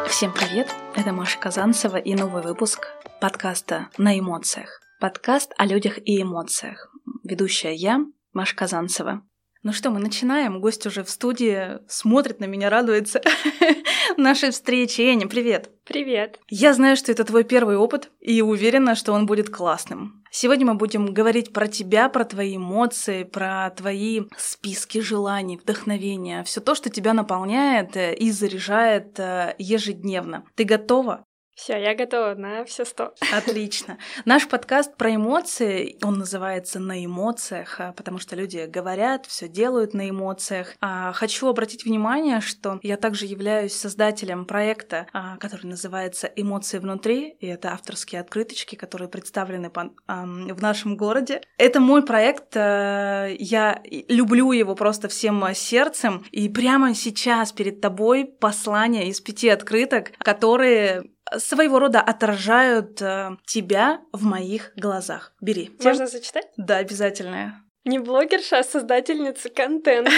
Всем привет! Это Маша Казанцева и новый выпуск подкаста «На эмоциях». Подкаст о людях и эмоциях. Ведущая я, Маша Казанцева. Ну что, мы начинаем. Гость уже в студии, смотрит на меня, радуется нашей встрече. Эня, привет! Привет! Я знаю, что это твой первый опыт, и уверена, что он будет классным. Сегодня мы будем говорить про тебя, про твои эмоции, про твои списки желаний, вдохновения, все то, что тебя наполняет и заряжает ежедневно. Ты готова? Все, я готова на все 100. Отлично. Наш подкаст про эмоции, он называется «На эмоциях», потому что люди говорят, все делают на эмоциях. Хочу обратить внимание, что я также являюсь создателем проекта, который называется «Эмоции внутри», и это авторские открыточки, которые представлены в нашем городе. Это мой проект, я люблю его просто всем сердцем, и прямо сейчас перед тобой послание из 5 открыток, которые своего рода отражают тебя в моих глазах. Бери. Можно зачитать? Да, обязательно. Не блогерша, а создательница контента.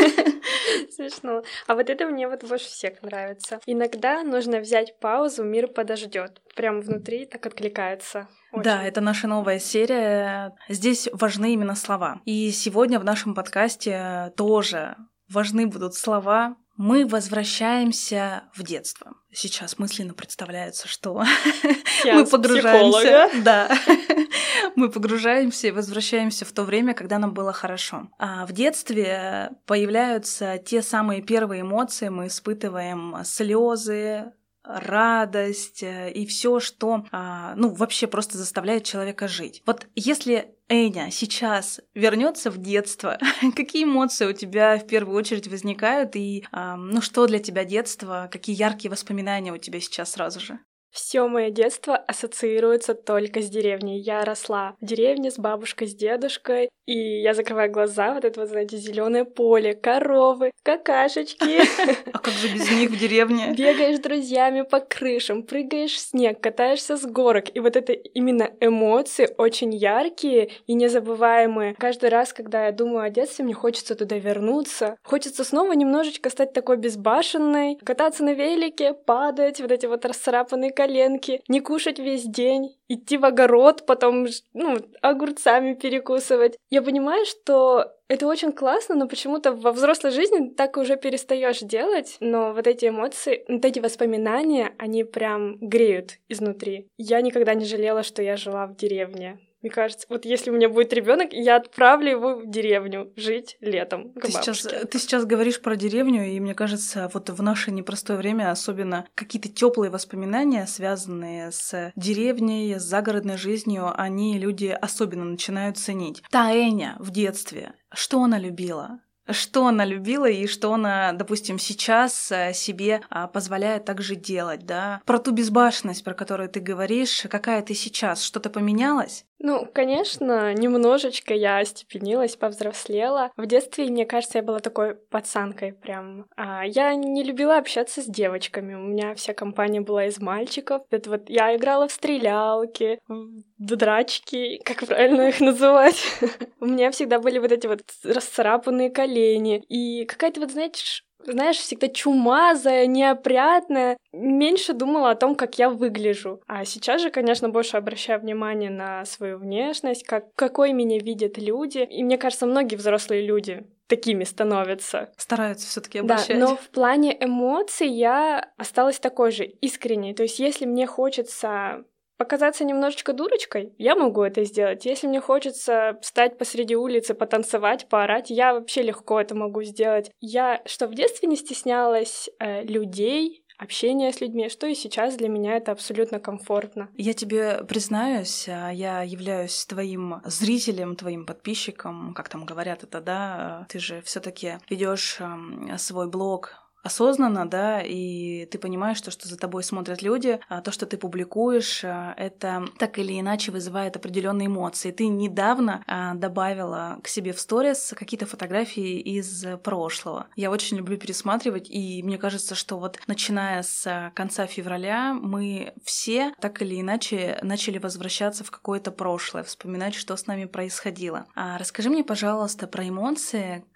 Смешно. А вот это мне вот больше всех нравится. Иногда нужно взять паузу, мир подождет. Прям внутри так откликается. Очень. Да, это наша новая серия. Здесь важны именно слова. И сегодня в нашем подкасте тоже важны будут слова. Мы возвращаемся в детство. Сейчас мысленно представляется, что мы погружаемся. Да. Мы погружаемся и возвращаемся в то время, когда нам было хорошо. А в детстве появляются те самые первые эмоции, мы испытываем слезы, радость и все, что вообще просто заставляет человека жить. Вот если Эня сейчас вернется в детство, какие эмоции у тебя в первую очередь возникают и что для тебя детство, какие яркие воспоминания у тебя сейчас сразу же? Все мое детство ассоциируется только с деревней. Я росла в деревне с бабушкой, с дедушкой, и я закрываю глаза, вот это вот, знаете, зеленое поле, коровы, какашечки. А как же без них в деревне? Бегаешь с друзьями по крышам, прыгаешь в снег, катаешься с горок, и вот это именно эмоции очень яркие и незабываемые. Каждый раз, когда я думаю о детстве, мне хочется туда вернуться, хочется снова немножечко стать такой безбашенной, кататься на велике, падать, вот эти вот расцарапанные коленки, не кушать весь день, идти в огород, потом, огурцами перекусывать. Я понимаю, что это очень классно, но почему-то во взрослой жизни так уже перестаешь делать, но вот эти эмоции, вот эти воспоминания, они прям греют изнутри. Я никогда не жалела, что я жила в деревне. Мне кажется, вот если у меня будет ребенок, я отправлю его в деревню жить летом к бабушке. Ты сейчас говоришь про деревню, и мне кажется, вот в наше непростое время особенно какие-то теплые воспоминания, связанные с деревней, с загородной жизнью, люди особенно начинают ценить. Та Эня в детстве, что она любила? Что она любила и что она, допустим, сейчас себе позволяет также делать, да? Про ту безбашенность, про которую ты говоришь, какая ты сейчас? Что-то поменялось? Конечно, немножечко я остепенилась, повзрослела. В детстве, мне кажется, я была такой пацанкой прям. Я не любила общаться с девочками. У меня вся компания была из мальчиков. Это вот я играла в стрелялки, в драчки, как правильно их называть. У меня всегда были вот эти вот расцарапанные колени. И какая-то вот, знаешь, всегда чумазая, неопрятная. Меньше думала о том, как я выгляжу. А сейчас же, конечно, больше обращаю внимание на свою внешность, какой меня видят люди. И мне кажется, многие взрослые люди такими становятся. Стараются все-таки обращать. Да, но в плане эмоций я осталась такой же, искренней. То есть если мне хочется показаться немножечко дурочкой, я могу это сделать. Если мне хочется встать посреди улицы, потанцевать, поорать, я вообще легко это могу сделать. Я что в детстве не стеснялась людей, общения с людьми, что и сейчас для меня это абсолютно комфортно. Я тебе признаюсь, я являюсь твоим зрителем, твоим подписчиком, как там говорят это, да? Ты же все-таки ведешь свой блог осознанно, да, и ты понимаешь, что за тобой смотрят люди, то, что ты публикуешь, это так или иначе вызывает определенные эмоции. Ты недавно добавила к себе в сторис какие-то фотографии из прошлого. Я очень люблю пересматривать, и мне кажется, что вот начиная с конца февраля мы все так или иначе начали возвращаться в какое-то прошлое, вспоминать, что с нами происходило. Расскажи мне, пожалуйста, про эмоции,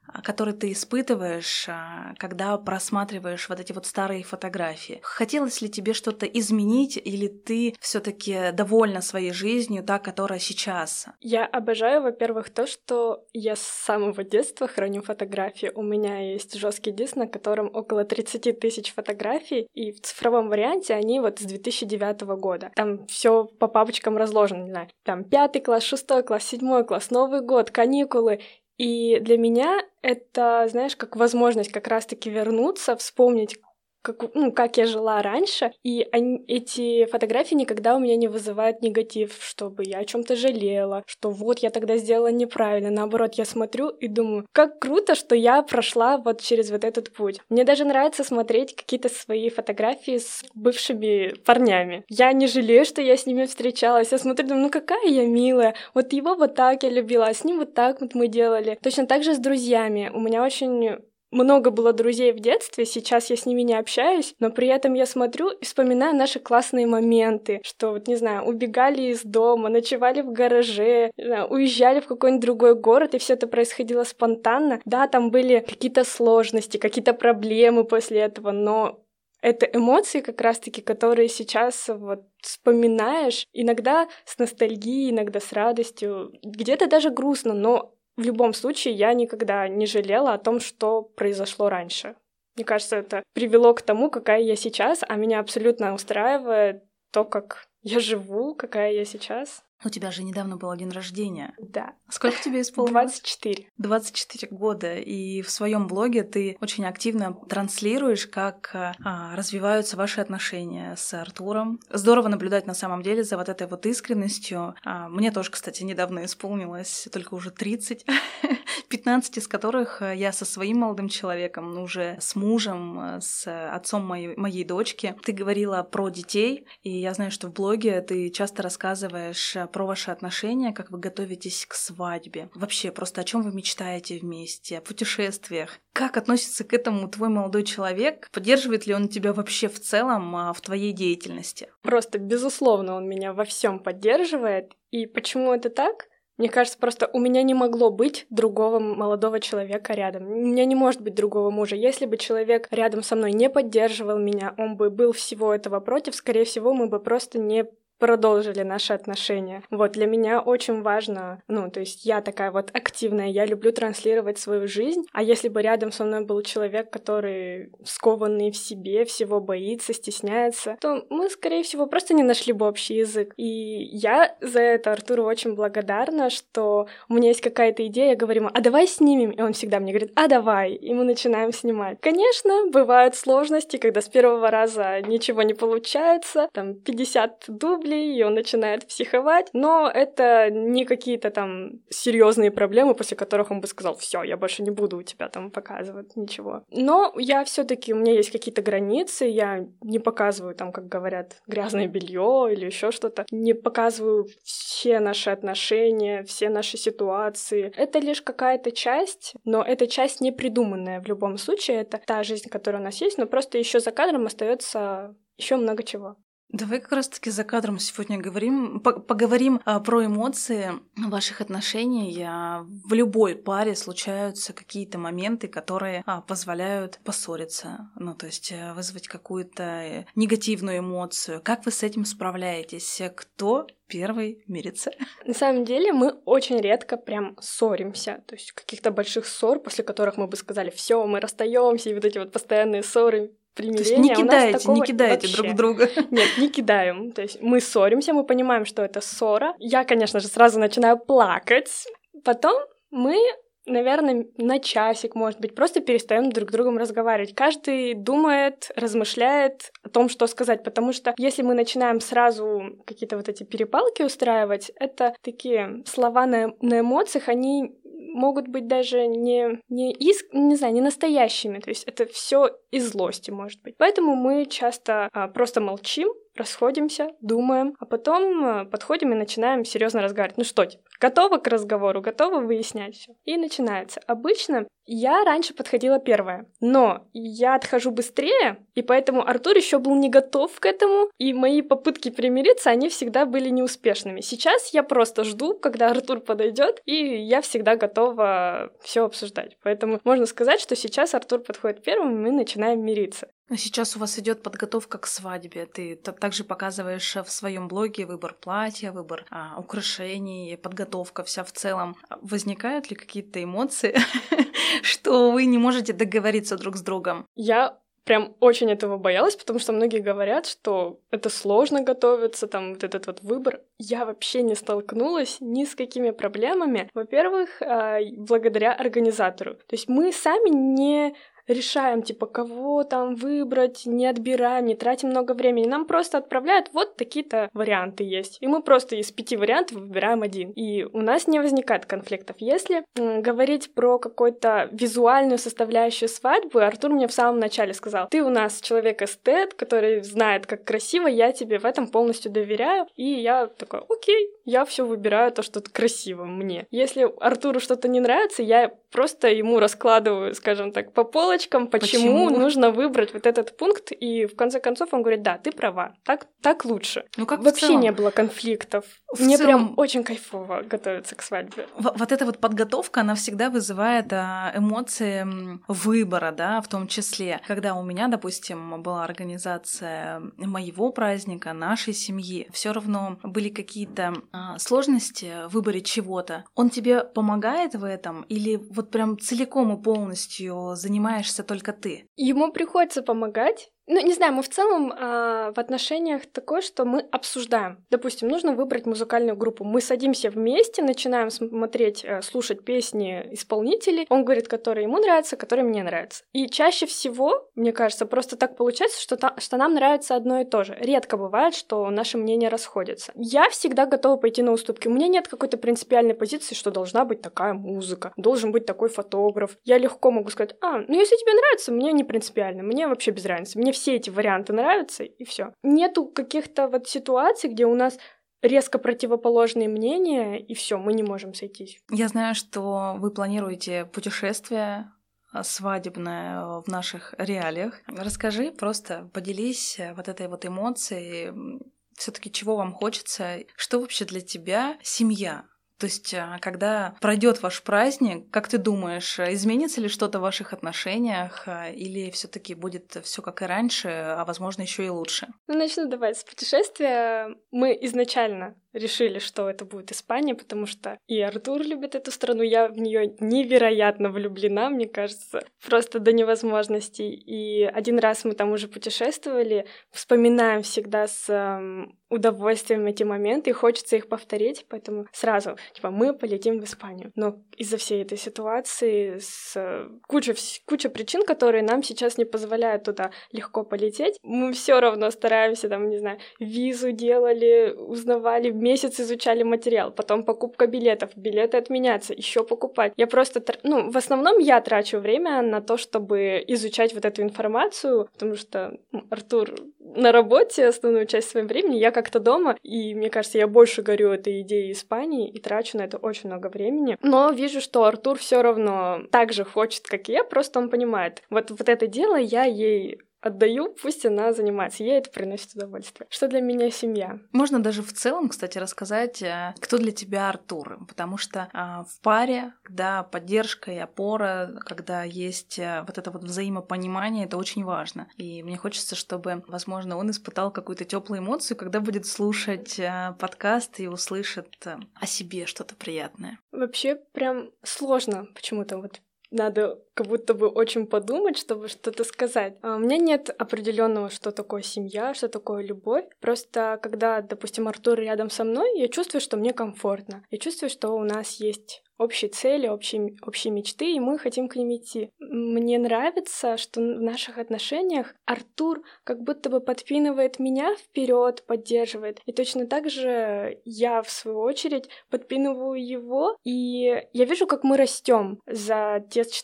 который ты испытываешь, когда просматриваешь вот эти вот старые фотографии? Хотелось ли тебе что-то изменить, или ты все-таки довольна своей жизнью, та, которая сейчас? Я обожаю, во-первых, то, что я с самого детства храню фотографии. У меня есть жесткий диск, на котором около 30 тысяч фотографий, и в цифровом варианте они вот с 2009 года. Там все по папочкам разложено, не знаю, там 5 класс, 6 класс, 7 класс, Новый год, каникулы. И для меня это, знаешь, как возможность как раз-таки вернуться, вспомнить, как я жила раньше, и эти фотографии никогда у меня не вызывают негатив, чтобы я о чем-то жалела, что вот я тогда сделала неправильно. Наоборот, я смотрю и думаю, как круто, что я прошла вот через вот этот путь. Мне даже нравится смотреть какие-то свои фотографии с бывшими парнями. Я не жалею, что я с ними встречалась. Я смотрю, думаю, какая я милая. Вот его вот так я любила, а с ним вот так вот мы делали. Точно так же с друзьями. У меня очень много было друзей в детстве, сейчас я с ними не общаюсь, но при этом я смотрю и вспоминаю наши классные моменты, что, вот, не знаю, убегали из дома, ночевали в гараже, не знаю, уезжали в какой-нибудь другой город, и все это происходило спонтанно. Да, там были какие-то сложности, какие-то проблемы после этого, но это эмоции как раз-таки, которые сейчас вот вспоминаешь, иногда с ностальгией, иногда с радостью, где-то даже грустно, но в любом случае, я никогда не жалела о том, что произошло раньше. Мне кажется, это привело к тому, какая я сейчас, а меня абсолютно устраивает то, как я живу, какая я сейчас. У тебя же недавно был день рождения. Да. Сколько тебе исполнилось? 24. 24 года. И в своем блоге ты очень активно транслируешь, как развиваются ваши отношения с Артуром. Здорово наблюдать на самом деле за вот этой вот искренностью. Мне тоже, кстати, недавно исполнилось только уже 30. 15 из которых я со своим молодым человеком, уже с мужем, с отцом моей дочки. Ты говорила про детей, и я знаю, что в блоге ты часто рассказываешь про ваши отношения, как вы готовитесь к свадьбе. Вообще, просто о чем вы мечтаете вместе, о путешествиях. Как относится к этому твой молодой человек? Поддерживает ли он тебя вообще в целом в твоей деятельности? Просто, безусловно, он меня во всем поддерживает. И почему это так? Мне кажется, просто у меня не могло быть другого молодого человека рядом. У меня не может быть другого мужа. Если бы человек рядом со мной не поддерживал меня, он бы был всего этого против, скорее всего, мы бы просто не продолжили наши отношения. Вот, для меня очень важно, то есть я такая вот активная, я люблю транслировать свою жизнь, а если бы рядом со мной был человек, который скованный в себе, всего боится, стесняется, то мы, скорее всего, просто не нашли бы общий язык. И я за это Артуру очень благодарна, что у меня есть какая-то идея, я говорю ему, а давай снимем, и он всегда мне говорит, а давай, и мы начинаем снимать. Конечно, бывают сложности, когда с первого раза ничего не получается, там 50 дублей, и он начинает психовать, но это не какие-то там серьезные проблемы, после которых он бы сказал, все, я больше не буду у тебя там показывать ничего. Но я все-таки, у меня есть какие-то границы, я не показываю там, как говорят, грязное белье или еще что-то, не показываю все наши отношения, все наши ситуации. Это лишь какая-то часть, но эта часть не придуманная в любом случае, это та жизнь, которая у нас есть, но просто еще за кадром остается еще много чего. Давай как раз-таки за кадром сегодня поговорим про эмоции ваших отношений. В любой паре случаются какие-то моменты, которые позволяют поссориться, то есть вызвать какую-то негативную эмоцию. Как вы с этим справляетесь? Кто первый мирится? На самом деле мы очень редко прям ссоримся, то есть каких-то больших ссор, после которых мы бы сказали, все, мы расстаемся, и вот эти вот постоянные ссоры, примирение. То есть не кидаете друг друга. Нет, не кидаем. То есть мы ссоримся, мы понимаем, что это ссора. Я, конечно же, сразу начинаю плакать. Потом мы, наверное, на часик, может быть, просто перестаем друг с другом разговаривать. Каждый думает, размышляет о том, что сказать, потому что если мы начинаем сразу какие-то вот эти перепалки устраивать, это такие слова на эмоциях, они могут быть даже не настоящими, то есть это все из злости, может быть. Поэтому мы часто просто молчим, расходимся, думаем, а потом подходим и начинаем серьезно разговаривать. Ну что, типа, готова к разговору, готова выяснять все. И начинается. Обычно я раньше подходила первая, но я отхожу быстрее, и поэтому Артур еще был не готов к этому, и мои попытки примириться, они всегда были неуспешными. Сейчас я просто жду, когда Артур подойдет, и я всегда готова все обсуждать. Поэтому можно сказать, что сейчас Артур подходит первым, и мы начинаем мириться. Сейчас у вас идет подготовка к свадьбе. Ты также показываешь в своем блоге выбор платья, выбор украшений, подготовка вся в целом. Возникают ли какие-то эмоции, что вы не можете договориться друг с другом? Я прям очень этого боялась, потому что многие говорят, что это сложно готовиться, там вот этот вот выбор. Я вообще не столкнулась ни с какими проблемами. Во-первых, благодаря организатору. То есть мы сами не решаем, типа, кого там выбрать, не отбираем, не тратим много времени. Нам просто отправляют, вот такие-то варианты есть. И мы просто из 5 вариантов выбираем один. И у нас не возникает конфликтов. Если говорить про какую-то визуальную составляющую свадьбы, Артур мне в самом начале сказал: ты у нас человек-эстет, который знает, как красиво, я тебе в этом полностью доверяю. И я такой: окей, я все выбираю то, что красиво мне. Если Артуру что-то не нравится, я просто ему раскладываю, скажем так, по полочкам, почему нужно выбрать вот этот пункт, и в конце концов он говорит: да, ты права, так лучше. Ну, как вообще не было конфликтов. Мне прям очень кайфово готовиться к свадьбе. Вот эта вот подготовка, она всегда вызывает эмоции выбора, да, в том числе. Когда у меня, допустим, была организация моего праздника, нашей семьи, все равно были какие-то сложности в выборе чего-то. Он тебе помогает в этом или вот прям целиком и полностью занимаешься только ты? Ему приходится помогать. Ну, не знаю, мы в целом в отношениях такое, что мы обсуждаем. Допустим, нужно выбрать музыкальную группу. Мы садимся вместе, начинаем смотреть, слушать песни исполнителей. Он говорит, которые ему нравятся, которые мне нравятся. И чаще всего, мне кажется, просто так получается, что нам нравится одно и то же. Редко бывает, что наши мнения расходятся. Я всегда готова пойти на уступки. У меня нет какой-то принципиальной позиции, что должна быть такая музыка, должен быть такой фотограф. Я легко могу сказать: ну если тебе нравится, мне не принципиально, мне вообще без разницы. Мне все эти варианты нравятся, и все. Нету каких-то вот ситуаций, где у нас резко противоположные мнения, и все, мы не можем сойтись. Я знаю, что вы планируете путешествие свадебное в наших реалиях. Расскажи, просто поделись вот этой вот эмоцией, все-таки чего вам хочется, что вообще для тебя семья? То есть, когда пройдет ваш праздник, как ты думаешь, изменится ли что-то в ваших отношениях, или все-таки будет все как и раньше, а возможно еще и лучше? Ну, начну давай с путешествия. Мы изначально решили, что это будет Испания, потому что и Артур любит эту страну, я в нее невероятно влюблена, мне кажется, просто до невозможности. И один раз мы там уже путешествовали, вспоминаем всегда с удовольствием эти моменты, и хочется их повторить, поэтому сразу, мы полетим в Испанию. Но из-за всей этой ситуации куча причин, которые нам сейчас не позволяют туда легко полететь, мы все равно стараемся, визу делали, узнавали, месяц изучали материал, потом покупка билетов, билеты отменяться, еще покупать. Я просто, в основном я трачу время на то, чтобы изучать вот эту информацию, потому что Артур на работе основную часть своего времени, я как-то дома, и мне кажется, я больше горю этой идеей Испании и трачу на это очень много времени. Но вижу, что Артур все равно так же хочет, как и я, просто он понимает, вот это дело я ей отдаю, пусть она занимается, ей это приносит удовольствие. Что для меня семья? Можно даже в целом, кстати, рассказать, кто для тебя Артур, потому что в паре, когда поддержка и опора, когда есть вот это вот взаимопонимание, это очень важно. И мне хочется, чтобы, возможно, он испытал какую-то теплую эмоцию, когда будет слушать подкаст и услышит о себе что-то приятное. Вообще прям сложно почему-то надо как будто бы очень подумать, чтобы что-то сказать. У меня нет определенного, что такое семья, что такое любовь. Просто когда, допустим, Артур рядом со мной, я чувствую, что мне комфортно. Я чувствую, что у нас есть общие цели, общие мечты, и мы хотим к ним идти. Мне нравится, что в наших отношениях Артур как будто бы подпинывает меня вперед, поддерживает. И точно так же я, в свою очередь, подпинываю его, и я вижу, как мы растем за те 4,5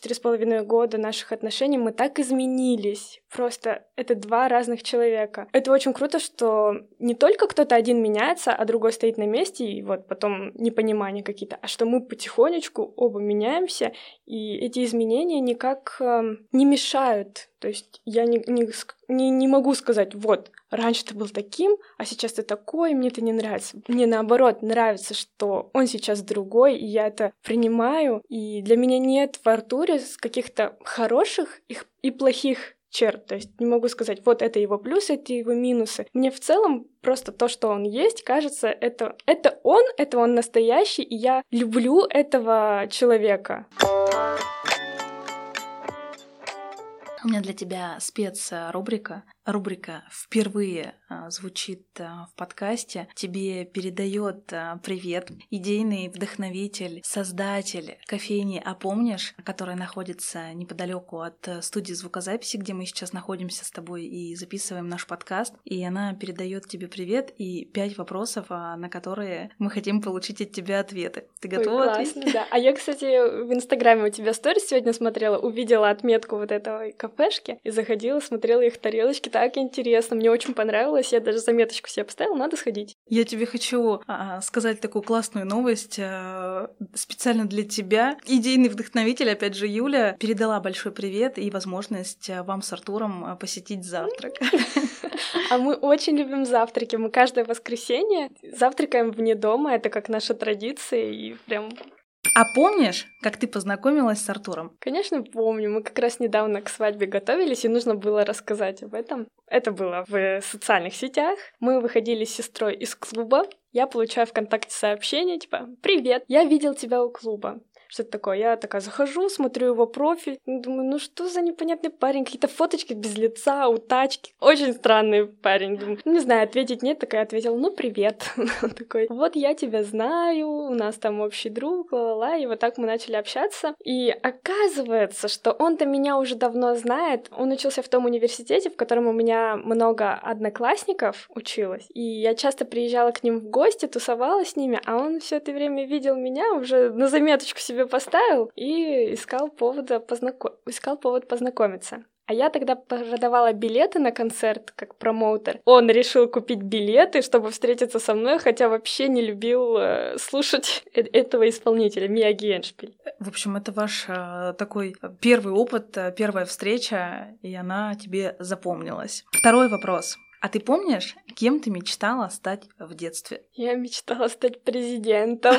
2,5 года наших отношений мы так изменились. Просто это 2 разных человека. Это очень круто, что не только кто-то один меняется, а другой стоит на месте, и вот потом непонимания какие-то, а что мы потихонечку оба меняемся, и эти изменения никак не мешают. То есть я не могу сказать, вот, раньше ты был таким, а сейчас ты такой, мне это не нравится. Мне наоборот нравится, что он сейчас другой, и я это принимаю. И для меня нет в Артуре каких-то хороших и плохих черт. То есть не могу сказать, вот это его плюсы, это его минусы. Мне в целом просто то, что он есть, кажется, это он настоящий, и я люблю этого человека. У меня для тебя спецрубрика. Рубрика впервые звучит в подкасте. Тебе передает привет идейный вдохновитель, создатель кофейни «А помнишь?», которая находится неподалеку от студии звукозаписи, где мы сейчас находимся с тобой и записываем наш подкаст. И она передает тебе привет и 5 вопросов, на которые мы хотим получить от тебя ответы. Ты готова ответить? Классно, да. А я, кстати, в Инстаграме у тебя сторис сегодня смотрела, увидела отметку вот этого кафешки и заходила, смотрела их тарелочки. Так интересно, мне очень понравилось, я даже заметочку себе поставила, надо сходить. Я тебе хочу сказать такую классную новость специально для тебя. Идейный вдохновитель, опять же, Юля, передала большой привет и возможность вам с Артуром посетить завтрак. А мы очень любим завтраки, мы каждое воскресенье завтракаем вне дома, это как наша традиция, и прям... А помнишь, как ты познакомилась с Артуром? Конечно, помню. Мы как раз недавно к свадьбе готовились, и нужно было рассказать об этом. Это было в социальных сетях. Мы выходили с сестрой из клуба. Я получаю ВКонтакте сообщение, типа «Привет, я видел тебя у клуба». Что-то такое. Я такая захожу, смотрю его профиль, думаю, ну что за непонятный парень, какие-то фоточки без лица, у тачки. Очень странный парень. Думаю, не знаю, ответить нет, такая ответила, ну привет. Он такой, вот я тебя знаю, у нас там общий друг, ла-ла-ла, и вот так мы начали общаться. И оказывается, что он-то меня уже давно знает, он учился в том университете, в котором у меня много одноклассников училось, и я часто приезжала к ним в гости, тусовалась с ними, а он все это время видел меня, уже на заметочку себе поставил и искал повод познакомиться. А я тогда продавала билеты на концерт как промоутер. Он решил купить билеты, чтобы встретиться со мной, хотя вообще не любил слушать этого исполнителя, Мияги Эндшпиль. В общем, это ваш такой первый опыт, первая встреча, и она тебе запомнилась. Второй вопрос. А ты помнишь, кем ты мечтала стать в детстве? Я мечтала стать президентом.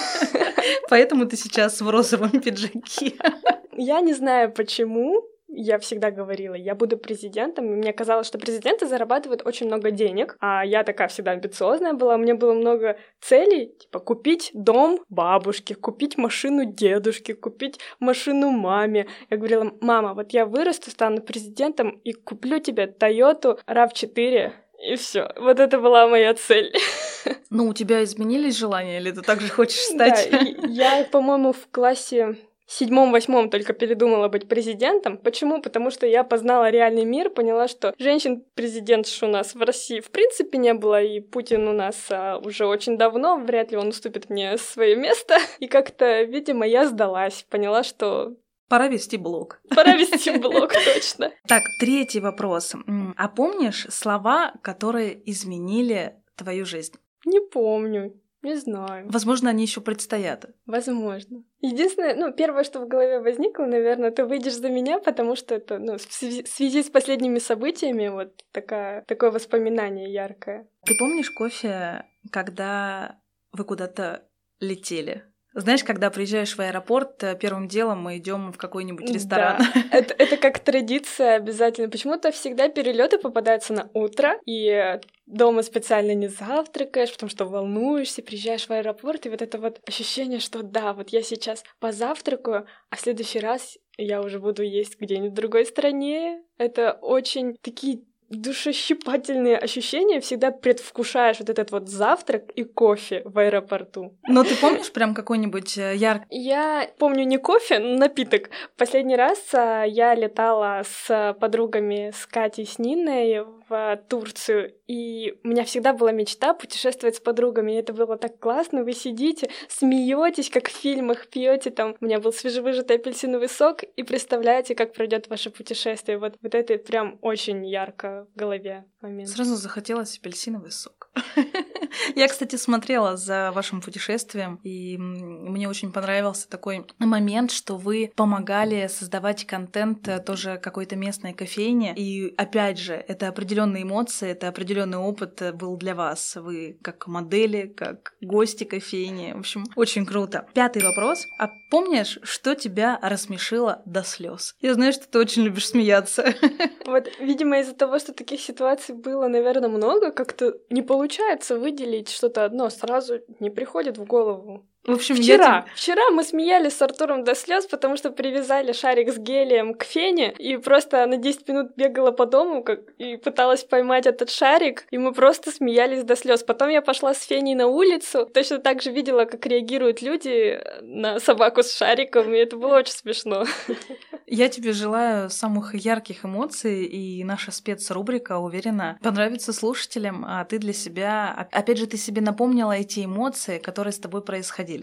Поэтому ты сейчас в розовом пиджаке. Я не знаю почему. Я всегда говорила, я буду президентом, и мне казалось, что президенты зарабатывают очень много денег, а я такая всегда амбициозная была, у меня было много целей, типа купить дом бабушке, купить машину дедушке, купить машину маме. Я говорила, мама, вот я вырасту, стану президентом и куплю тебе Toyota RAV4, и все. Вот это была моя цель. Ну, у тебя изменились желания, или ты также хочешь стать? Да, я, по-моему, в классе 7-8 только передумала быть президентом. Почему? Потому что я познала реальный мир, поняла, что женщин-президентш у нас в России в принципе не было, и Путин у нас уже очень давно, вряд ли он уступит мне свое место. И как-то, видимо, я сдалась, поняла, что... Пора вести блог. Пора вести блог, точно. Так, третий вопрос. А помнишь слова, которые изменили твою жизнь? Не помню. Не знаю. Возможно, они еще предстоят. Возможно. Единственное, первое, что в голове возникло, наверное, ты выйдешь за меня, потому что это, в связи с последними событиями, вот такое воспоминание яркое. Ты помнишь кофе, когда вы куда-то летели? Знаешь, когда приезжаешь в аэропорт, первым делом мы идем в какой-нибудь ресторан. Да, это как традиция обязательно. Почему-то всегда перелеты попадаются на утро, и дома специально не завтракаешь, потому что волнуешься, приезжаешь в аэропорт, и вот это вот ощущение, что да, вот я сейчас позавтракаю, а в следующий раз я уже буду есть где-нибудь в другой стране. Это очень такие душещипательные ощущения, всегда предвкушаешь вот этот вот завтрак и кофе в аэропорту. Но ты помнишь прям какой-нибудь яркий? Я помню не кофе, но напиток. Последний раз я летала с подругами, с Катей, с Ниной в Турцию, И у меня всегда была мечта путешествовать с подругами. И это было так классно. Вы сидите, смеетесь, как в фильмах, пьете там. У меня был свежевыжатый апельсиновый сок, и представляете, как пройдет ваше путешествие. Вот это прям очень ярко в голове момент. Сразу захотелось апельсиновый сок. Я, кстати, смотрела за вашим путешествием, и мне очень понравился такой момент, что вы помогали создавать контент тоже какой-то местной кофейне. И опять же, это определенные эмоции, это определенный опыт был для вас. Вы как модели, как гости кофейни. В общем, очень круто. 5-й вопрос. А помнишь, что тебя рассмешило до слез? Я знаю, что ты очень любишь смеяться. Вот, видимо, из-за того, что таких ситуаций было, наверное, много, как-то не получается выделить что-то одно, сразу не приходит в голову. В общем, Вчера мы смеялись с Артуром до слез, потому что привязали шарик с гелием к фене, и просто на 10 минут бегала по дому и пыталась поймать этот шарик, и мы просто смеялись до слез. Потом я пошла с феней на улицу, точно так же видела, как реагируют люди на собаку с шариком, и это было очень смешно. Я тебе желаю самых ярких эмоций, и наша спецрубрика, уверена, понравится слушателям, а ты для себя, опять же, ты себе напомнила эти эмоции, которые с тобой происходили.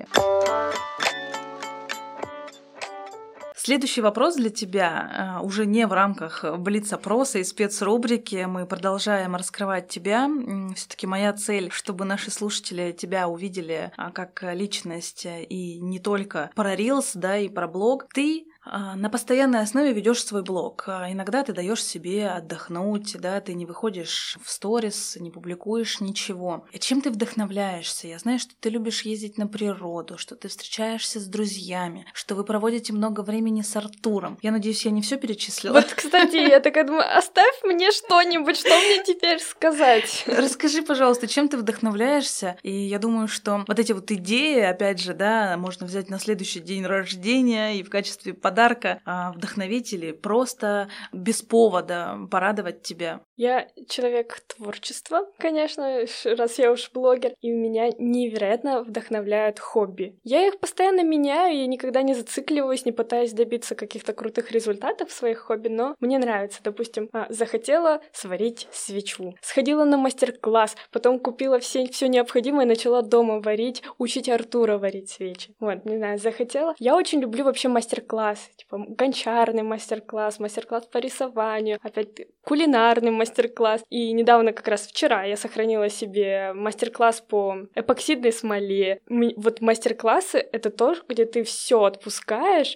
Следующий вопрос для тебя, уже не в рамках блиц-опроса и спецрубрики, мы продолжаем раскрывать тебя. Все-таки моя цель, чтобы наши слушатели тебя увидели как личность и не только про Reels, да, и про блог. Ты на постоянной основе ведешь свой блог. Иногда ты даешь себе отдохнуть, да, ты не выходишь в сторис, не публикуешь ничего. И чем ты вдохновляешься? Я знаю, что ты любишь ездить на природу, что ты встречаешься с друзьями, что вы проводите много времени с Артуром. Я надеюсь, я не все перечислила. Вот, кстати, я такая думаю, оставь мне что-нибудь, что мне теперь сказать? Расскажи, пожалуйста, чем ты вдохновляешься? И я думаю, что вот эти вот идеи, опять же, да, можно взять на следующий день рождения и в качестве подарка вдохновить или просто без повода порадовать тебя. Я человек творчества, конечно, раз я уж блогер, и меня невероятно вдохновляют хобби. Я их постоянно меняю, я никогда не зацикливаюсь, не пытаюсь добиться каких-то крутых результатов в своих хобби, но мне нравится. Допустим, захотела сварить свечу, сходила на мастер-класс, потом купила все необходимое и начала дома варить, учить Артура варить свечи. Вот, не знаю, захотела. Я очень люблю вообще мастер-классы, типа гончарный мастер-класс, мастер-класс по рисованию, опять кулинарный мастер-класс. И недавно, как раз вчера, я сохранила себе мастер-класс по эпоксидной смоле. Вот мастер-классы — это то, где ты все отпускаешь,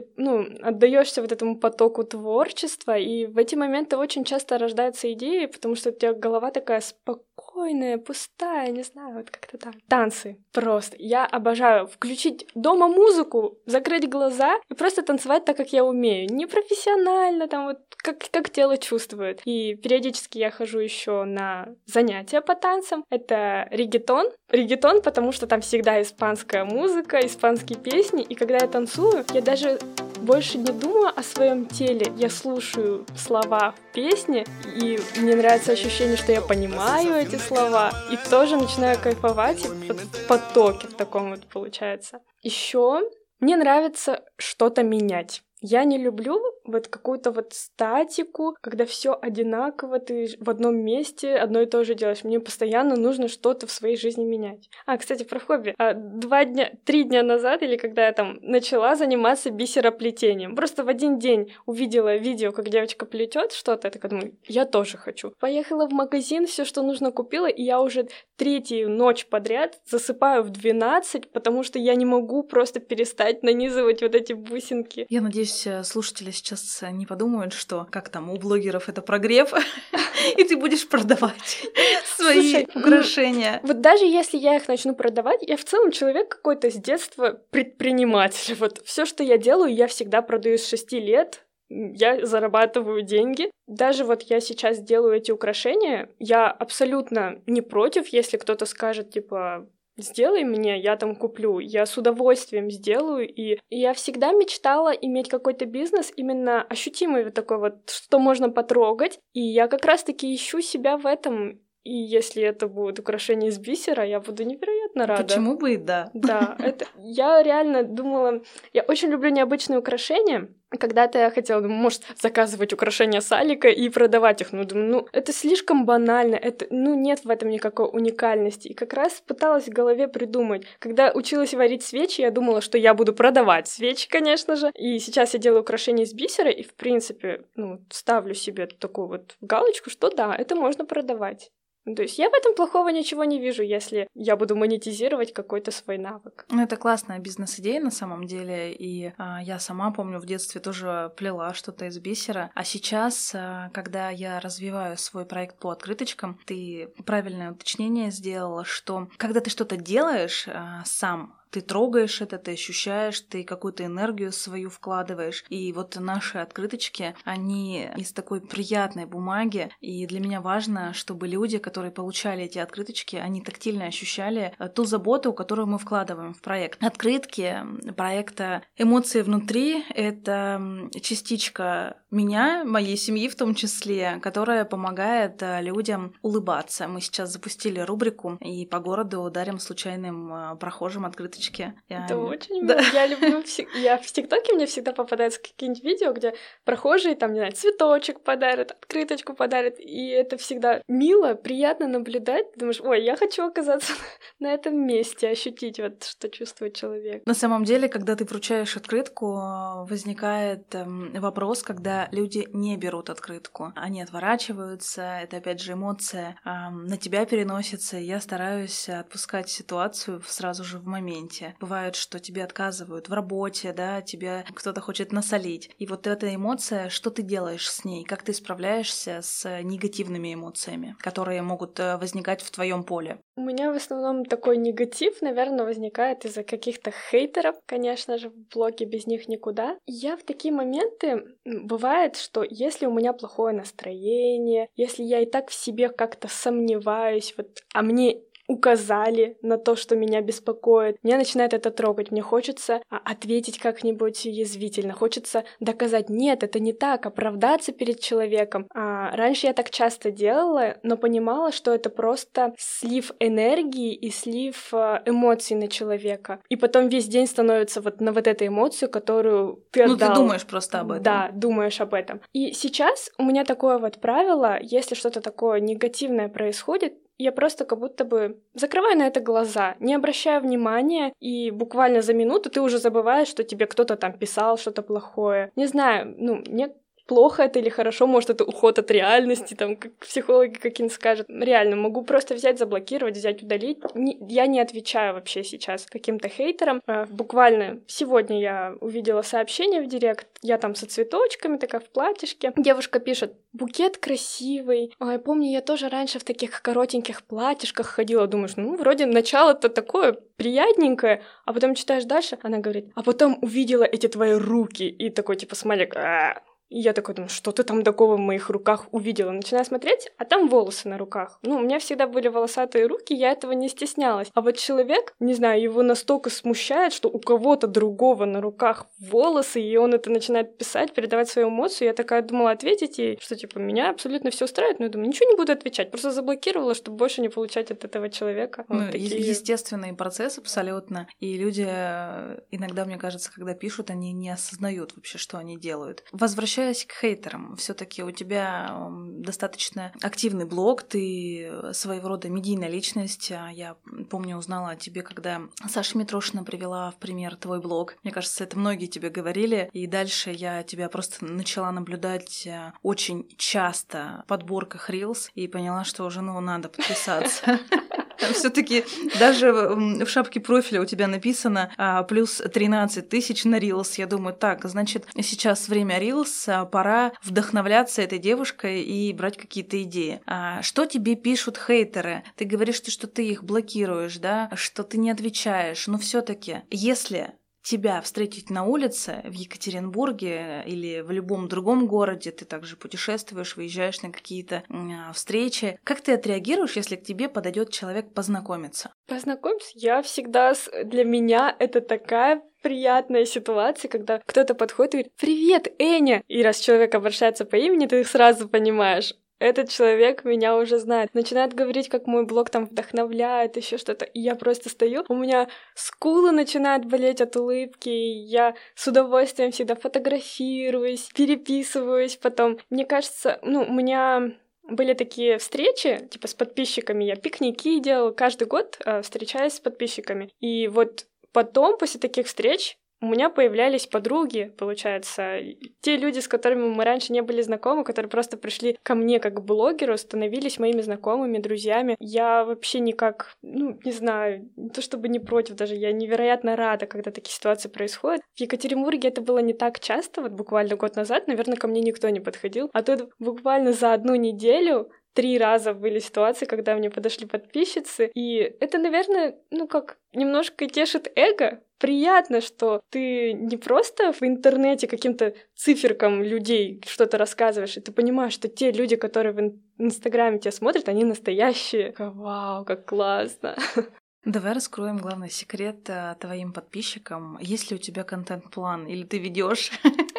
отдаешься вот этому потоку творчества, и в эти моменты очень часто рождаются идеи, потому что у тебя голова такая спокойная, пустая, не знаю, вот как-то так. Танцы просто. Я обожаю включить дома музыку, закрыть глаза и просто танцевать так, как я умею. Не профессионально, там вот как тело чувствует. И периодически я хожу еще на занятия по танцам. Это реггетон. Реггетон, потому что там всегда испанская музыка, испанские песни, и когда я танцую, я даже больше не думаю о своем теле, я слушаю слова в песне, и мне нравится ощущение, что я понимаю эти слова, и тоже начинаю кайфовать, и в потоке в таком вот получается. Еще мне нравится что-то менять. Я не люблю вот какую-то вот статику, когда все одинаково, ты в одном месте одно и то же делаешь. Мне постоянно нужно что-то в своей жизни менять. Кстати, про хобби. 3 дня назад, или когда я там начала заниматься бисероплетением, просто в один день увидела видео, как девочка плетет что-то, я такая думаю, я тоже хочу. Поехала в магазин, все, что нужно, купила, и я уже 3-ю ночь подряд засыпаю в 12, потому что я не могу просто перестать нанизывать вот эти бусинки. Я надеюсь, слушатели сейчас не подумают, что как там у блогеров это прогрев, и ты будешь продавать свои украшения. Вот даже если я их начну продавать, я в целом человек какой-то с детства предприниматель. Вот все, что я делаю, я всегда продаю с 6 лет. Я зарабатываю деньги. Даже вот я сейчас делаю эти украшения, я абсолютно не против, если кто-то скажет, типа, сделай мне, я там куплю, я с удовольствием сделаю, и я всегда мечтала иметь какой-то бизнес, именно ощутимый вот такой вот, что можно потрогать, и я как раз-таки ищу себя в этом, и если это будет украшение из бисера, я буду невероятно рада. Почему бы и да? Да, я реально думала, я очень люблю необычные украшения, Когда-то я хотела, думаю, может, заказывать украшения с Алика и продавать их. Ну, думаю, это слишком банально, нет в этом никакой уникальности. И как раз пыталась в голове придумать. Когда училась варить свечи, я думала, что я буду продавать свечи, конечно же. И сейчас я делаю украшения из бисера и, в принципе, ставлю себе такую вот галочку, что да, это можно продавать. То есть я в этом плохого ничего не вижу, если я буду монетизировать какой-то свой навык. Это классная бизнес-идея на самом деле, и я сама помню, в детстве тоже плела что-то из бисера, а сейчас, когда я развиваю свой проект по открыточкам, ты правильное уточнение сделала, что когда ты что-то делаешь сам, ты трогаешь это, ты ощущаешь, ты какую-то энергию свою вкладываешь. И вот наши открыточки, они из такой приятной бумаги. И для меня важно, чтобы люди, которые получали эти открыточки, они тактильно ощущали ту заботу, которую мы вкладываем в проект. Открытки проекта «Эмоции внутри» — это частичка меня, моей семьи в том числе, которая помогает людям улыбаться. Мы сейчас запустили рубрику и по городу дарим случайным прохожим открыточки. Это очень мило. Я люблю... Я в ТикТоке, мне всегда попадаются какие-нибудь видео, где прохожие там, не знаю, цветочек подарят, открыточку подарят, и это всегда мило, приятно наблюдать. Ты думаешь, ой, я хочу оказаться на этом месте, ощутить вот, что чувствует человек. На самом деле, когда ты вручаешь открытку, возникает вопрос, когда люди не берут открытку. Они отворачиваются, это опять же эмоция на тебя переносится, и я стараюсь отпускать ситуацию сразу же в моменте. Бывает, что тебе отказывают в работе, да, тебе кто-то хочет насолить. И вот эта эмоция, что ты делаешь с ней? Как ты справляешься с негативными эмоциями, которые могут возникать в твоем поле? У меня в основном такой негатив, наверное, возникает из-за каких-то хейтеров, конечно же, в блоге без них никуда. Я в такие моменты, бывает, что если у меня плохое настроение, если я и так в себе как-то сомневаюсь, а мне указали на то, что меня беспокоит. Меня начинает это трогать. Мне хочется ответить как-нибудь язвительно. Хочется доказать, нет, это не так, оправдаться перед человеком. Раньше я так часто делала, но понимала, что это просто слив энергии и слив эмоций на человека. И потом весь день становится на вот эту эмоцию, которую ты отдал. Ты думаешь просто об этом. Да, думаешь об этом. И сейчас у меня такое вот правило, если что-то такое негативное происходит, я просто как будто бы закрываю на это глаза, не обращаю внимания, и буквально за минуту ты уже забываешь, что тебе кто-то там писал что-то плохое. Не знаю, мне плохо это или хорошо, может, это уход от реальности, там, как психологи какие-нибудь скажут. Реально, могу просто взять, заблокировать, взять, удалить. Я не отвечаю вообще сейчас каким-то хейтерам. Буквально сегодня я увидела сообщение в директ, я там со цветочками, такая в платьишке. Девушка пишет: букет красивый. Ой, помню, я тоже раньше в таких коротеньких платьишках ходила. Думаешь, вроде начало-то такое приятненькое, а потом читаешь дальше, она говорит, а потом увидела эти твои руки, и такой типа смайлик. И я такой думаю, что ты там такого в моих руках увидела? Начинаю смотреть, а там волосы на руках. У меня всегда были волосатые руки, я этого не стеснялась. А вот человек, не знаю, его настолько смущает, что у кого-то другого на руках волосы, и он это начинает писать, передавать свою эмоцию. Я такая думала ответить ей, что типа меня абсолютно все устраивает, но я думаю, ничего не буду отвечать, просто заблокировала, чтобы больше не получать от этого человека. Естественный процесс абсолютно. И люди иногда, мне кажется, когда пишут, они не осознают вообще, что они делают. Возвращаясь к хейтерам, все-таки у тебя достаточно активный блог, ты своего рода медийная личность. Я помню, узнала о тебе, когда Саша Митрошина привела в пример твой блог. Мне кажется, это многие тебе говорили, и дальше я тебя просто начала наблюдать очень часто в подборках Reels и поняла, что уже надо подписаться. Все-таки даже в шапке профиля у тебя написано плюс 13 тысяч на Reels. Я думаю, так, значит, сейчас время Reels, пора вдохновляться этой девушкой и брать какие-то идеи. Что тебе пишут хейтеры? Ты говоришь, что ты их блокируешь, да, что ты не отвечаешь, но все-таки, если тебя встретить на улице в Екатеринбурге или в любом другом городе, ты также путешествуешь, выезжаешь на какие-то встречи. Как ты отреагируешь, если к тебе подойдет человек познакомиться? Познакомиться? Для меня это такая приятная ситуация, когда кто-то подходит и говорит: «Привет, Эня!» И раз человек обращается по имени, ты сразу понимаешь, этот человек меня уже знает. Начинает говорить, как мой блог там вдохновляет, еще что-то. И я просто стою, у меня скулы начинают болеть от улыбки, и я с удовольствием всегда фотографируюсь, переписываюсь потом. Мне кажется, у меня были такие встречи, типа с подписчиками. Я пикники делала каждый год, встречаясь с подписчиками. И вот потом, после таких встреч, у меня появлялись подруги, получается, те люди, с которыми мы раньше не были знакомы, которые просто пришли ко мне как к блогеру, становились моими знакомыми, друзьями. Я вообще никак, не знаю, не то чтобы не против даже, я невероятно рада, когда такие ситуации происходят. В Екатеринбурге это было не так часто, вот буквально год назад, наверное, ко мне никто не подходил, а тут буквально за одну неделю 3 раза были ситуации, когда мне подошли подписчицы, и это, наверное, немножко тешит эго. Приятно, что ты не просто в интернете каким-то циферкам людей что-то рассказываешь, и ты понимаешь, что те люди, которые в Инстаграме тебя смотрят, они настоящие. Вау, как классно! Давай раскроем главный секрет твоим подписчикам. Есть ли у тебя контент-план, или ты ведешь,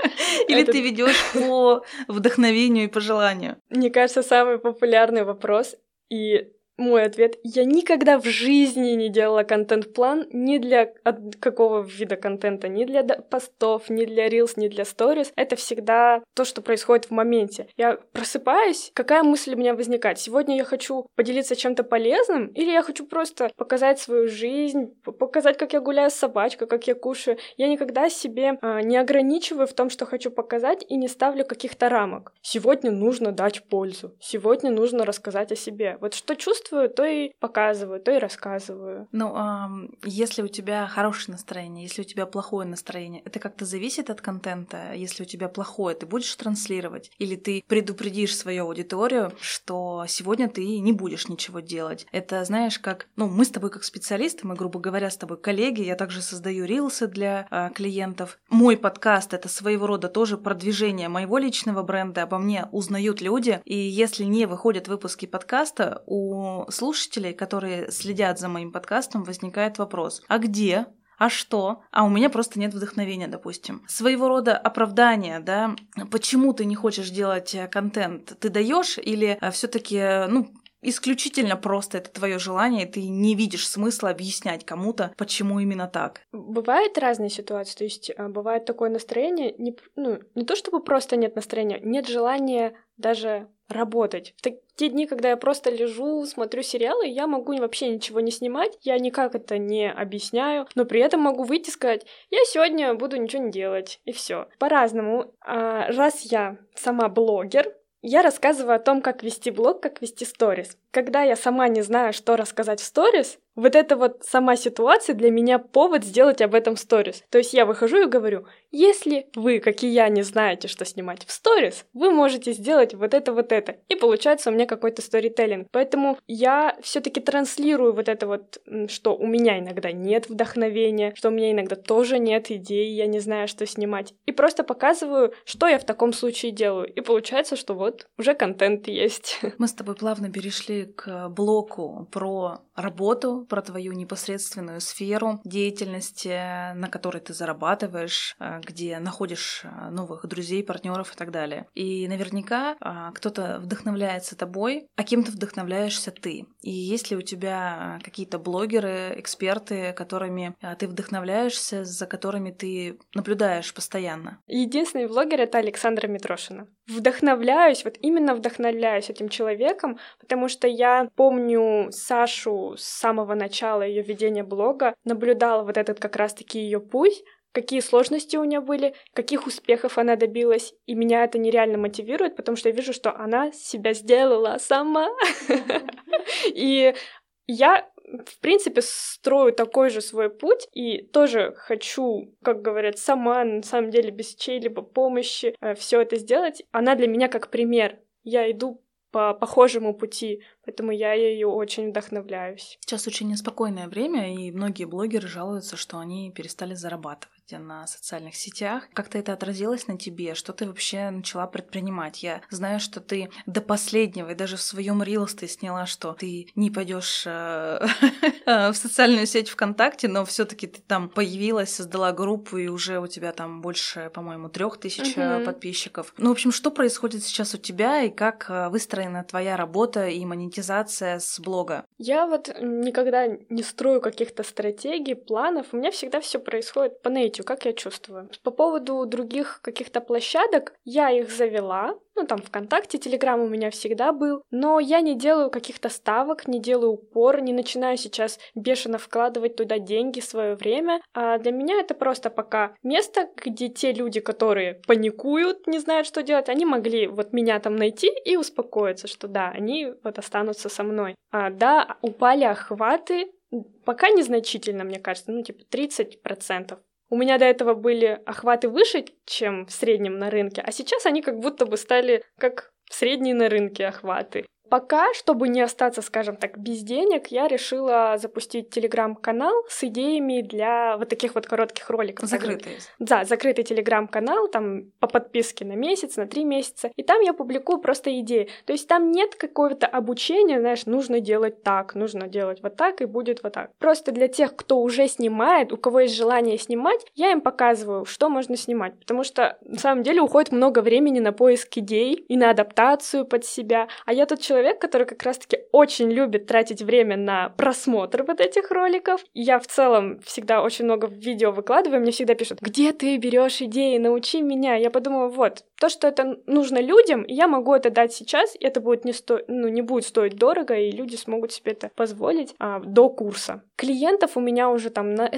или ты ведешь по вдохновению и по желанию? Мне кажется, самый популярный вопрос, и мой ответ: я никогда в жизни не делала контент-план ни для какого вида контента, ни для постов, ни для рилс, ни для сторис. Это всегда то, что происходит в моменте. Я просыпаюсь, какая мысль у меня возникает? Сегодня я хочу поделиться чем-то полезным, или я хочу просто показать свою жизнь, показать, как я гуляю с собачкой, как я кушаю. Я никогда себе не ограничиваю в том, что хочу показать, и не ставлю каких-то рамок. Сегодня нужно дать пользу, сегодня нужно рассказать о себе. Вот что чувствую, то и показываю, то и рассказываю. Если у тебя хорошее настроение, если у тебя плохое настроение, это как-то зависит от контента? Если у тебя плохое, ты будешь транслировать? Или ты предупредишь свою аудиторию, что сегодня ты не будешь ничего делать? Это, знаешь, как... мы с тобой как специалисты, мы, грубо говоря, с тобой коллеги, я также создаю рилсы для клиентов. Мой подкаст — это своего рода тоже продвижение моего личного бренда, обо мне узнают люди, и если не выходят выпуски подкаста, у слушателей, которые следят за моим подкастом, возникает вопрос: а где? А что? А у меня просто нет вдохновения, допустим. Своего рода оправдание, да? Почему ты не хочешь делать контент? Ты даешь или все-таки, исключительно просто это твое желание, и ты не видишь смысла объяснять кому-то, почему именно так? Бывают разные ситуации, то есть бывает такое настроение, не то чтобы просто нет настроения, нет желания даже работать. В те дни, когда я просто лежу, смотрю сериалы, я могу вообще ничего не снимать, я никак это не объясняю, но при этом могу выйти и сказать: я сегодня буду ничего не делать, и все. По-разному. Раз я сама блогер, я рассказываю о том, как вести блог, как вести сторис. Когда я сама не знаю, что рассказать в сторис, вот эта вот сама ситуация для меня повод сделать об этом сторис. То есть я выхожу и говорю: если вы, как и я, не знаете, что снимать в сторис, вы можете сделать вот это, вот это. И получается у меня какой-то сторителлинг. Поэтому я все-таки транслирую вот это вот, что у меня иногда нет вдохновения, что у меня иногда тоже нет идей, я не знаю, что снимать. И просто показываю, что я в таком случае делаю. И получается, что вот уже контент есть. Мы с тобой плавно перешли к блоку про работу, про твою непосредственную сферу деятельности, на которой ты зарабатываешь, где находишь новых друзей, партнеров и так далее. И наверняка кто-то вдохновляется тобой, а кем-то вдохновляешься ты. И есть ли у тебя какие-то блогеры, эксперты, которыми ты вдохновляешься, за которыми ты наблюдаешь постоянно? Единственный блогер — это Александра Митрошина. Вдохновляюсь, вот именно вдохновляюсь этим человеком, потому что я помню Сашу с самого начала ее ведения блога, наблюдала вот этот как раз-таки ее путь, какие сложности у нее были, каких успехов она добилась, и меня это нереально мотивирует, потому что я вижу, что она себя сделала сама. И я, в принципе, строю такой же свой путь и тоже хочу, как говорят, сама, на самом деле, без чьей-либо помощи все это сделать. Она для меня как пример. Я иду по похожему пути, поэтому я ее очень вдохновляюсь. Сейчас очень неспокойное время, и многие блогеры жалуются, что они перестали зарабатывать. известности на социальных сетях. Как-то это отразилось на тебе? Что ты вообще начала предпринимать? Я знаю, что ты до последнего, и даже в своем Reels ты сняла, что ты не пойдешь в социальную сеть ВКонтакте, но все-таки ты там появилась, создала группу, и уже у тебя там больше, по-моему, 3000 подписчиков. Ну, в общем, что происходит сейчас у тебя, и как выстроена твоя работа и монетизация с блога? Я вот никогда не строю каких-то стратегий, планов. У меня всегда все происходит по наитию, как я чувствую. По поводу других каких-то площадок, я их завела. Ну, там ВКонтакте, Телеграм у меня всегда был. Но я не делаю каких-то ставок, не делаю упор, не начинаю сейчас бешено вкладывать туда деньги, свое время. А для меня это просто пока место, где те люди, которые паникуют, не знают, что делать, они могли вот меня там найти и успокоиться, что да, они вот останутся со мной. Да, упали охваты, пока незначительно, мне кажется, ну, типа 30%. У меня до этого были охваты выше, чем в среднем на рынке, а сейчас они как будто бы стали как средние на рынке охваты. Пока, чтобы не остаться, скажем так, без денег, я решила запустить телеграм-канал с идеями для вот таких вот коротких роликов. Закрытый. Да, закрытый телеграм-канал, там по подписке на месяц, на 3 месяца. И там я публикую просто идеи. То есть там нет какого-то обучения, знаешь, нужно делать так, нужно делать вот так и будет вот так. Просто для тех, кто уже снимает, у кого есть желание снимать, я им показываю, что можно снимать. Потому что на самом деле уходит много времени на поиск идей и на адаптацию под себя. А я тот человек, который как раз-таки очень любит тратить время на просмотр вот этих роликов. Я в целом всегда очень много видео выкладываю, мне всегда пишут: где ты берешь идеи, научи меня. Я подумала, вот, то, что это нужно людям, я могу это дать сейчас, и это будет не будет стоить дорого, и люди смогут себе это позволить до курса. Клиентов у меня уже там на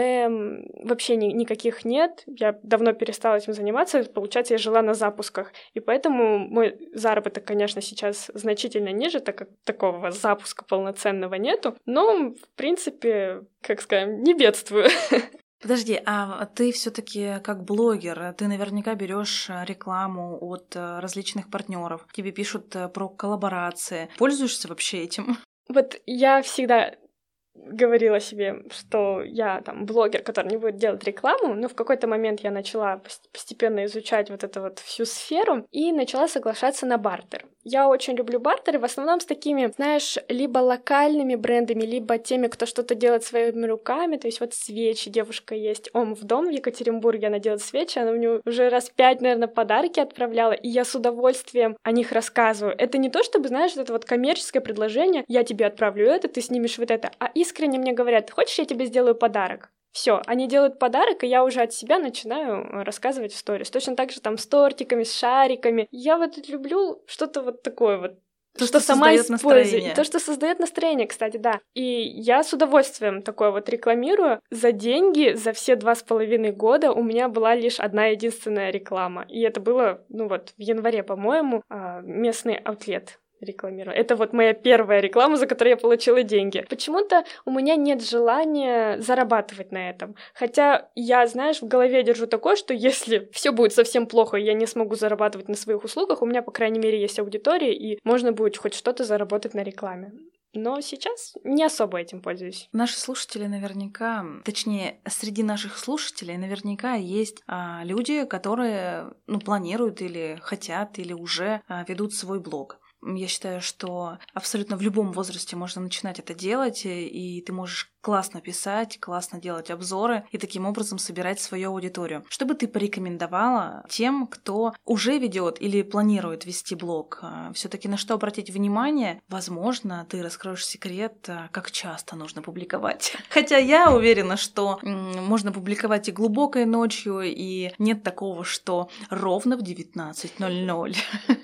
СММ вообще никаких нет. Я давно перестала этим заниматься. Получается, я жила на запусках. И поэтому мой заработок, конечно, сейчас значительно ниже, так как такого запуска полноценного нету. Но, в принципе, как скажем, не бедствую. Подожди, а ты все-таки как блогер, ты наверняка берешь рекламу от различных партнеров, тебе пишут про коллаборации. Пользуешься вообще этим? Вот я всегда говорила себе, что я там блогер, который не будет делать рекламу, но в какой-то момент я начала постепенно изучать вот эту вот всю сферу и начала соглашаться на бартер. Я очень люблю бартеры, в основном с такими, знаешь, либо локальными брендами, либо теми, кто что-то делает своими руками. То есть вот свечи, девушка есть, Ом в дом в Екатеринбурге, она делает свечи, она мне уже раз 5, наверное, подарки отправляла, и я с удовольствием о них рассказываю. Это не то, чтобы, знаешь, это вот коммерческое предложение, я тебе отправлю это, ты снимешь вот это, а искренне мне говорят: хочешь, я тебе сделаю подарок? Все, они делают подарок, и я уже от себя начинаю рассказывать в сторис. Точно так же там с тортиками, с шариками. Я вот люблю что-то вот такое вот. То, что сама использую. То, что создает настроение, кстати, да. И я с удовольствием такое вот рекламирую. За деньги, за все 2,5 года у меня была лишь одна единственная реклама. И это было, ну вот, в январе, по-моему, местный аутлет рекламирую. Это вот моя первая реклама, за которую я получила деньги. Почему-то у меня нет желания зарабатывать на этом. Хотя я, знаешь, в голове держу такое, что если все будет совсем плохо, и я не смогу зарабатывать на своих услугах, у меня, по крайней мере, есть аудитория, и можно будет хоть что-то заработать на рекламе. Но сейчас не особо этим пользуюсь. Наши слушатели наверняка, точнее, среди наших слушателей наверняка есть люди, которые планируют или хотят, или уже ведут свой блог. Я считаю, что абсолютно в любом возрасте можно начинать это делать, и ты можешь классно писать, классно делать обзоры и таким образом собирать свою аудиторию. Что бы ты порекомендовала тем, кто уже ведет или планирует вести блог? Все-таки на что обратить внимание? Возможно, ты раскроешь секрет, как часто нужно публиковать. Хотя я уверена, что можно публиковать и глубокой ночью, и нет такого, что ровно в 19:00.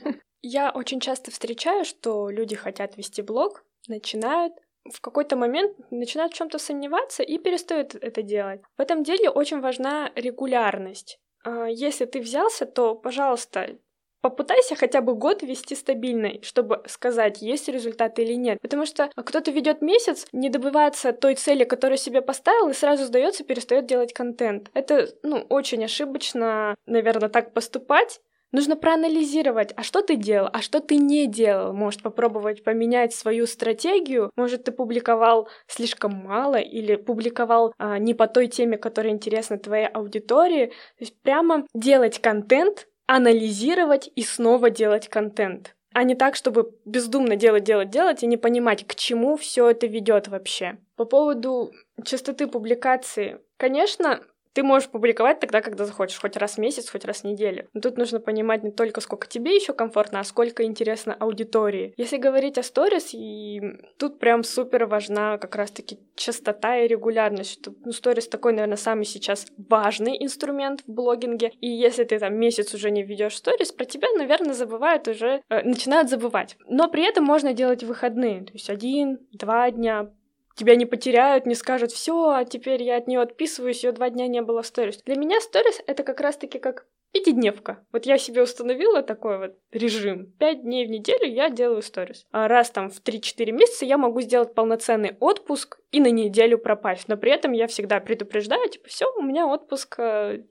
Я очень часто встречаю, что люди хотят вести блог, начинают, в какой-то момент начинают в чем-то сомневаться и перестают это делать. В этом деле очень важна регулярность. Если ты взялся, то, пожалуйста, попытайся хотя бы год вести стабильно, чтобы сказать, есть результаты или нет. Потому что кто-то ведет месяц, не добивается той цели, которую себе поставил, и сразу сдается, перестает делать контент. Это, очень ошибочно, наверное, так поступать. Нужно проанализировать, а что ты делал, а что ты не делал. Может, попробовать поменять свою стратегию. Может, ты публиковал слишком мало или публиковал не по той теме, которая интересна твоей аудитории. То есть прямо делать контент, анализировать и снова делать контент. А не так, чтобы бездумно делать и не понимать, к чему все это ведет вообще. По поводу частоты публикации. Конечно, ты можешь публиковать тогда, когда захочешь, хоть раз в месяц, хоть раз в неделю. Но тут нужно понимать не только, сколько тебе еще комфортно, а сколько интересно аудитории. Если говорить о сторис, и тут прям супер важна как раз-таки частота и регулярность. Сторис такой, наверное, самый сейчас важный инструмент в блогинге. И если ты там месяц уже не ведешь сторис, про тебя, наверное, начинают забывать. Но при этом можно делать выходные, то есть 1-2 дня. Тебя не потеряют, не скажут, все, а теперь я от нее отписываюсь, ее 2 дня не было в сторис. Для меня сторис — это как раз-таки как пятидневка. Вот я себе установила такой вот режим. 5 дней в неделю я делаю сторис. А раз там в 3-4 месяца я могу сделать полноценный отпуск и на неделю пропасть. Но при этом я всегда предупреждаю, все, у меня отпуск,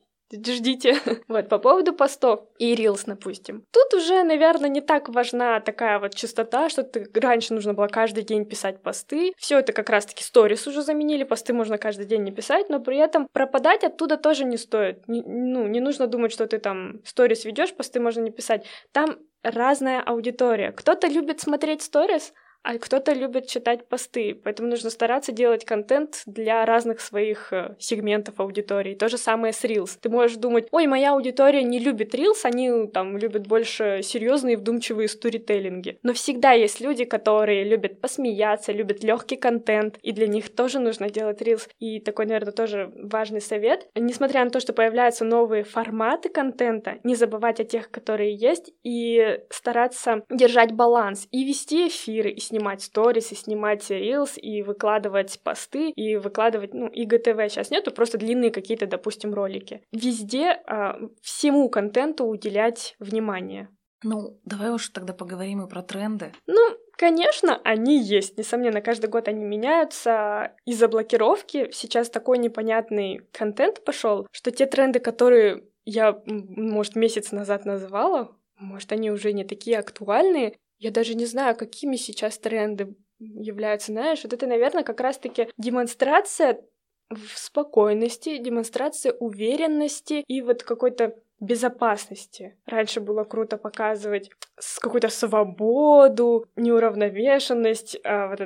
ждите. Вот, по поводу постов и Reels, допустим. Тут уже, наверное, не так важна такая вот частота, что раньше нужно было каждый день писать посты. Все это как раз-таки сторис уже заменили, посты можно каждый день не писать, но при этом пропадать оттуда тоже не стоит. Не нужно думать, что ты там сторис ведешь, посты можно не писать. Там разная аудитория. Кто-то любит смотреть сторис, а кто-то любит читать посты, поэтому нужно стараться делать контент для разных своих сегментов аудитории. То же самое с Reels. Ты можешь думать, ой, моя аудитория не любит Reels, они там любят больше серьезные вдумчивые сторителлинги. Но всегда есть люди, которые любят посмеяться, любят легкий контент, и для них тоже нужно делать Reels. И такой, наверное, тоже важный совет. Несмотря на то, что появляются новые форматы контента, не забывать о тех, которые есть, и стараться держать баланс, и вести эфиры, и снимать сторис, и снимать рилс, и выкладывать посты, и выкладывать, ИГТВ сейчас нету, просто длинные какие-то, допустим, ролики. Везде всему контенту уделять внимание. Давай уж тогда поговорим и про тренды. Конечно, они есть. Несомненно, каждый год они меняются. Из-за блокировки сейчас такой непонятный контент пошел, что те тренды, которые я, может, месяц назад называла, может, они уже не такие актуальные. Я даже не знаю, какими сейчас тренды являются, знаешь. Вот это, наверное, как раз-таки демонстрация в спокойности, демонстрация уверенности и вот какой-то безопасности. Раньше было круто показывать какую-то свободу, неуравновешенность,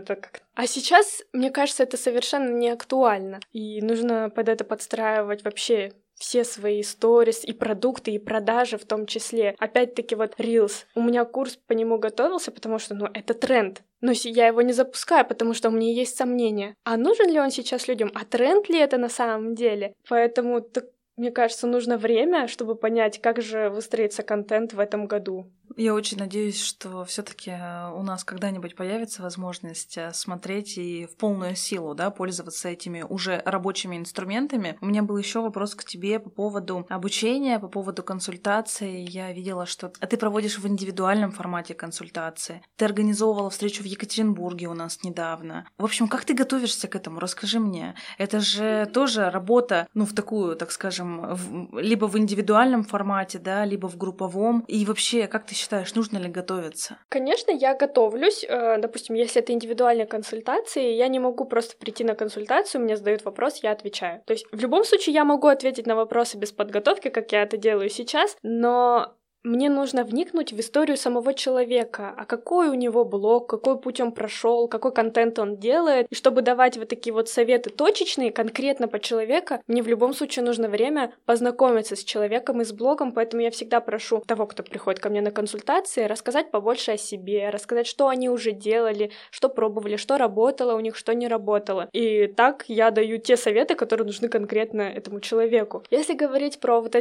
А сейчас, мне кажется, это совершенно не актуально. И нужно под это подстраивать вообще все свои сторис и продукты, и продажи в том числе. Опять-таки вот Reels. У меня курс по нему готовился, потому что, это тренд. Но я его не запускаю, потому что у меня есть сомнения. А нужен ли он сейчас людям? А тренд ли это на самом деле? Поэтому, мне кажется, нужно время, чтобы понять, как же выстроится контент в этом году. Я очень надеюсь, что все-таки у нас когда-нибудь появится возможность смотреть и в полную силу, пользоваться этими уже рабочими инструментами. У меня был еще вопрос к тебе по поводу обучения, по поводу консультации. Я видела, что ты проводишь в индивидуальном формате консультации. Ты организовывала встречу в Екатеринбурге у нас недавно. В общем, как ты готовишься к этому? Расскажи мне. Это же тоже работа, в такую, так скажем, либо в индивидуальном формате, либо в групповом. И вообще, как ты считаешь, нужно ли готовиться? Конечно, я готовлюсь. Допустим, если это индивидуальные консультации, я не могу просто прийти на консультацию, мне задают вопрос, я отвечаю. То есть в любом случае я могу ответить на вопросы без подготовки, как я это делаю сейчас, но мне нужно вникнуть в историю самого человека, а какой у него блог, какой путь он прошел, какой контент он делает. И чтобы давать вот такие вот советы точечные, конкретно по человеку, мне в любом случае нужно время познакомиться с человеком и с блогом, поэтому я всегда прошу того, кто приходит ко мне на консультации, рассказать побольше о себе, рассказать, что они уже делали, что пробовали, что работало у них, что не работало. И так я даю те советы, которые нужны конкретно этому человеку. Если говорить про вот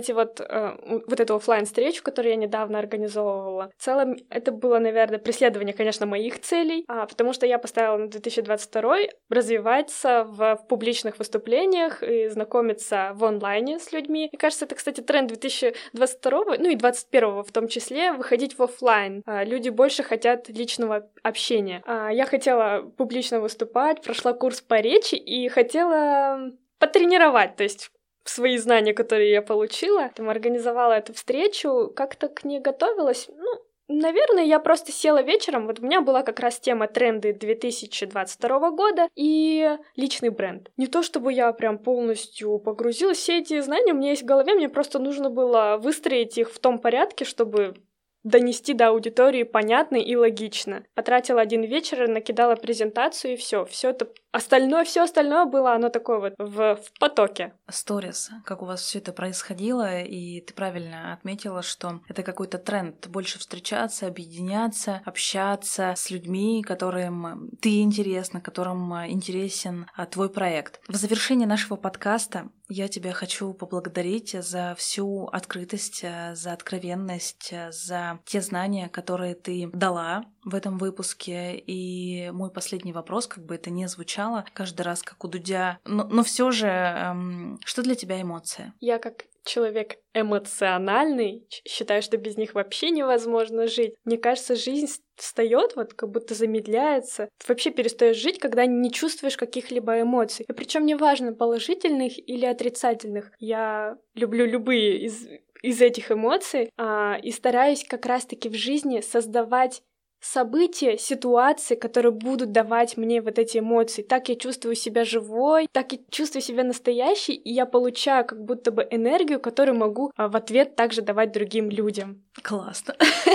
эту офлайн-встречу, которую я недавно организовывала. В целом, это было, наверное, преследование, конечно, моих целей, потому что я поставила на 2022 развиваться в публичных выступлениях и знакомиться в онлайне с людьми. Мне кажется, это, кстати, тренд 2022, и 2021 в том числе, выходить в офлайн. Люди больше хотят личного общения. Я хотела публично выступать, прошла курс по речи и хотела потренировать, то есть свои знания, которые я получила. Там организовала эту встречу, как-то к ней готовилась. Наверное, я просто села вечером, вот у меня была как раз тема тренды 2022 года и личный бренд. Не то чтобы я прям полностью погрузилась, все эти знания у меня есть в голове, мне просто нужно было выстроить их в том порядке, чтобы донести до аудитории понятно и логично. Потратила один вечер, накидала презентацию и все это все остальное было, оно такое вот в потоке. Сторис, как у вас все это происходило, и ты правильно отметила, что это какой-то тренд, больше встречаться, объединяться, общаться с людьми, которым ты интересна, которым интересен твой проект. В завершении нашего подкаста я тебя хочу поблагодарить за всю открытость, за откровенность, за те знания, которые ты дала в этом выпуске. И мой последний вопрос, как бы это ни звучало, каждый раз как у Дудя, но все же, что для тебя эмоция? Я как человек эмоциональный, считаю, что без них вообще невозможно жить. Мне кажется, жизнь встает, вот как будто замедляется. Ты вообще перестаешь жить, когда не чувствуешь каких-либо эмоций. И причем неважно, положительных или отрицательных. Я люблю любые из этих эмоций и стараюсь как раз-таки в жизни создавать события, ситуации, которые будут давать мне вот эти эмоции. Так я чувствую себя живой, так я чувствую себя настоящей, и я получаю как будто бы энергию, которую могу в ответ также давать другим людям. Классно.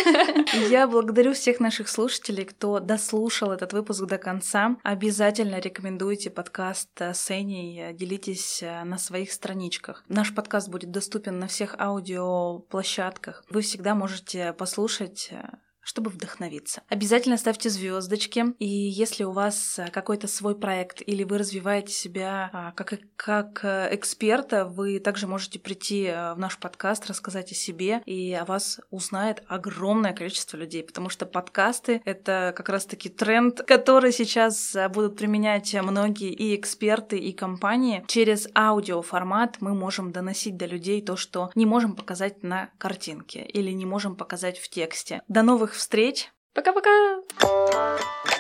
Я благодарю всех наших слушателей, кто дослушал этот выпуск до конца. Обязательно рекомендуйте подкаст с Эней, делитесь на своих страничках. Наш подкаст будет доступен на всех аудиоплощадках. Вы всегда можете послушать, чтобы вдохновиться. Обязательно ставьте звездочки. И если у вас какой-то свой проект или вы развиваете себя как эксперта, вы также можете прийти в наш подкаст, рассказать о себе, и о вас узнает огромное количество людей, потому что подкасты — это как раз-таки тренд, который сейчас будут применять многие и эксперты, и компании. Через аудиоформат мы можем доносить до людей то, что не можем показать на картинке или не можем показать в тексте. До новых встреч! Пока-пока!